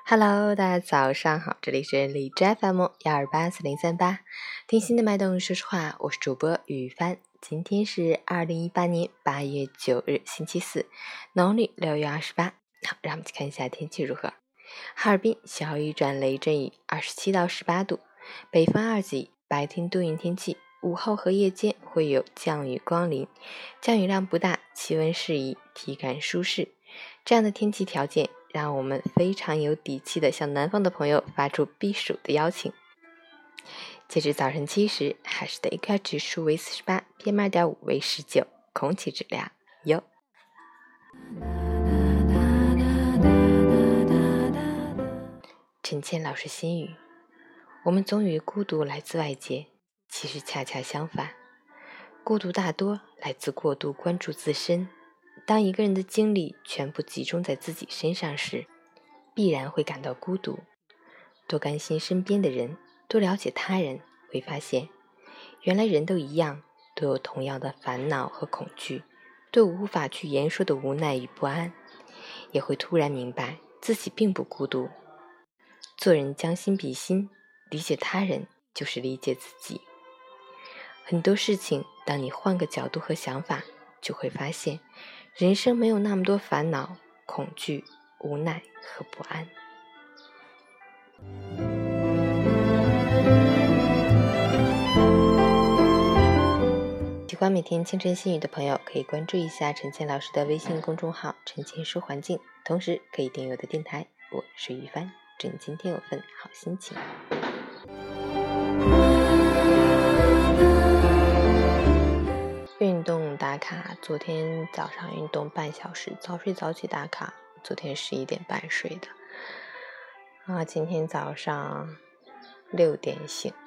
Hello， 大家早上好，这里是荔枝 FM1284038，听心的脉动，说实话，我是主播雨帆。今天是2018年8月9日，星期四，农历6月28。好，让我们去看一下天气如何。哈尔滨小雨转雷阵雨，27到18度，北风2级，白天多云天气，午后和夜间会有降雨光临，降雨量不大，气温适宜，体感舒适。这样的天气条件让我们非常有底气地向南方的朋友发出避暑的邀请。截至早晨7时，海市的 AQI 指数为48 ，PM2.5 为19，空气质量优。陈倩老师心语：我们总以为孤独来自外界，其实恰恰相反，孤独大多来自过度关注自身。当一个人的精力全部集中在自己身上时，必然会感到孤独。多关心身边的人，多了解他人，会发现原来人都一样，都有同样的烦恼和恐惧，都有无法去言说的无奈与不安，也会突然明白自己并不孤独。做人将心比心，理解他人就是理解自己。很多事情当你换个角度和想法，就会发现人生没有那么多烦恼、恐惧、无奈和不安。喜欢每天清晨心语的朋友，可以关注一下陈倩老师的微信公众号陈倩说环境，同时可以订阅我的电台。我是于帆，祝你今天有份好心情。运动打卡，昨天早上运动半小时，早睡早起打卡，昨天11点半睡的今天早上6点醒，